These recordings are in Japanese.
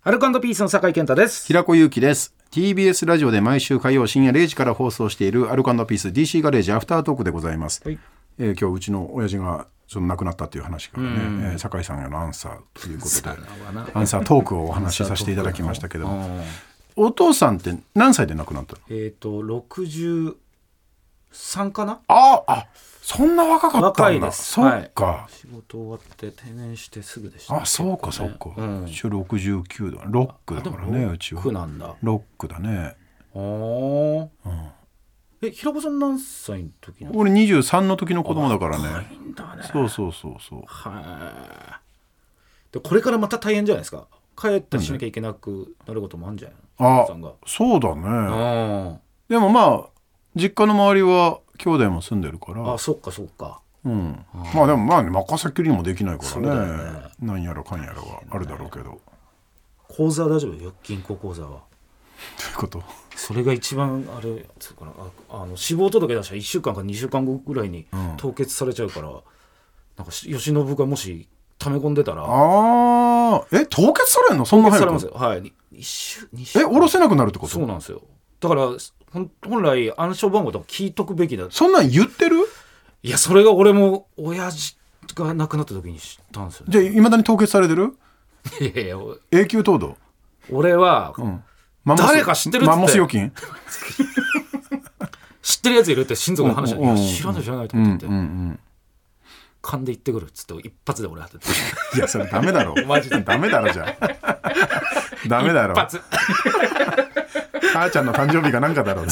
アルコ&ピースの酒井健太です。 平子祐希です。 TBS ラジオで毎週火曜深夜0時から放送しているアルコ&ピース DC ガレージアフタートークでございます、 はい。 今日うちの親父がその亡くなったという話からね、酒井さんへのアンサーということでアンサートークをお話しさせていただきましたけどお父さんって何歳で亡くなったの ？63かな。 あ、そんな若かったんだ。 若いです。 そっか、 はい、仕事終わって定年してすぐでした、ね、 あ、そうかそうか、 うん、 うち69だ、ロックだからね。うちはロックなんだ。 ロックだね。 うん、平子さん何歳の時なの？ 俺23の時の子供だからね。 若いんだね。 そうはい。でこれからまた大変じゃないですか。帰ったりしなきゃいけなくなることもあるんじゃないの？ あ、そうだね。でもまあ実家の周りは兄弟も住んでるから。 あ、そっかそっか。 うん、まあでもまあ、ね、任せっきりにもできないからね。何やらかんやらはあるだろうけど。 口座は大丈夫よ、銀行口座は。 どういうこと？それが一番あれかな。死亡届出したら1週間か2週間後ぐらいに凍結されちゃうから、なんか吉信がもし溜め込んでたら。 凍結されるの？そんな早く？凍結されますよ。はい。2週下ろせなくなるってこと？ そうなんですよ。だから本来暗証番号とか聞いとくべきだ。 そんなん言ってる？ いや、それが俺も親父が亡くなった時に知ったんですよね。 じゃあいまだに凍結されてる？ いやいや、 永久凍土。 俺は、誰か知ってるって。 マンモス預金知ってるやついるって親族の話で、いや知らないと思ってて、勘で行ってくるっつって一発で俺当てて。 いやそれダメだろ。マジでダメだろ。じゃあダメだろ。一発母ちゃんの誕生日がなんかだろう。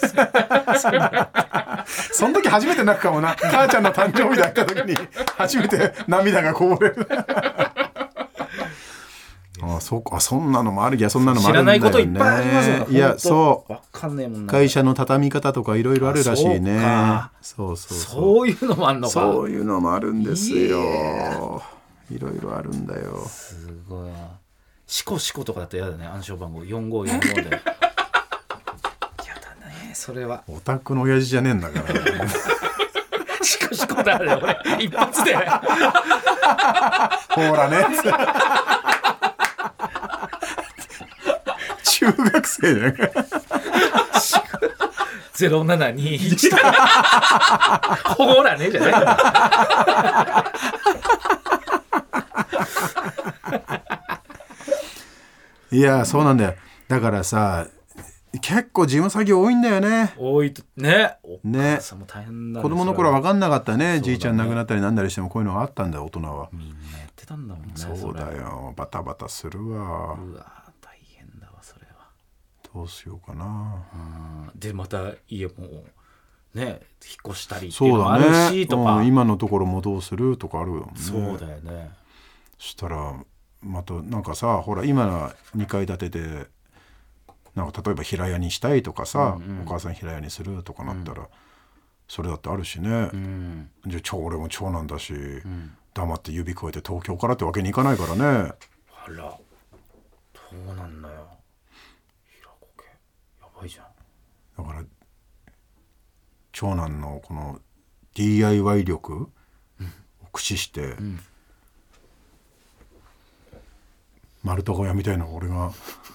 その時初めて泣くかもな。母ちゃんの誕生日だった時に初めて涙がこぼれる。あ、そうか。そんなのもある。いや、そんなのもあるんだよね。知らないこといっぱいありますよね。いや、そう。わかんねえもんな。会社の畳み方とかいろいろあるらしいね。そういうのもあるのか。そういうのもあるんですよ。いろいろあるんだよ。 すごい。シコとかだと嫌だね。暗証番号4545で。嫌だね。それは。 オタクの親父じゃねえんだから。 シコだね。俺一発で。ほらね。中学生じゃん。 0721。ほらねじゃないんだ。 いや、そうなんだよ。だからさ、結構事務作業多いんだよね。 多いね。 ね。 お母さんも大変だね。 子供の頃は分かんなかったね。じいちゃん亡くなったりなんだりしてもこういうのがあったんだよ、大人は。 みんなやってたんだもんね。 そうだよ。バタバタするわ。 うわ、大変だわそれは。 どうしようかな。 でまた家もね、引っ越したりっていうのもあるしとか、 今のところもどうするとかあるよね。 そうだよね。 そしたらまたなんかさ、ほら今2階建てでなんか例えば平屋にしたいとかさ、お母さん平屋にするとかなったら、それだってあるしね。じゃあ俺も長男だし、黙って指越えて東京からってわけにいかないからね。 あら、そうなんだよ。平子家やばいじゃん。 だから長男のこの DIY 力を駆使して、丸太小屋みたいな俺が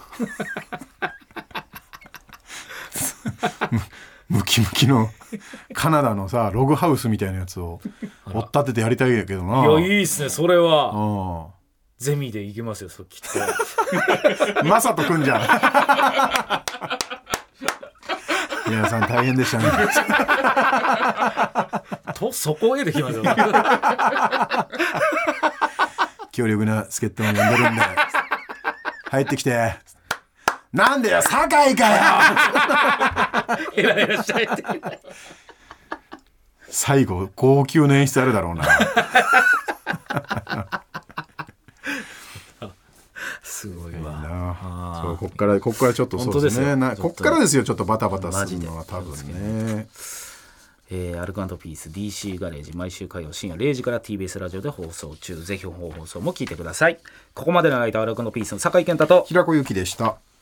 ムキムキのカナダのさログハウスみたいなやつを追っ立ててやりたいやけどな。 いや、いいっすねそれは。ゼミで行けますよ、そきっと。 マサトくんじゃん。皆さん大変でしたね。 とそこへできますよ。 強力な助っ人も呼んでるんで入ってきて。なんでよ酒井かよ。 ヘラヘラしちゃいて。 最後号泣の演出あるだろうな。 すごいわ。 そう、こっからちょっとそうですね。こっからですよ、ちょっとバタバタするのは多分ね。 アルコ&ピース DC ガレージ、毎週火曜深夜0時から TBS ラジオで放送中。ぜひ本放送も聞いてください。ここまでの間、アルコ&ピースの酒井健太と平子祐希でした。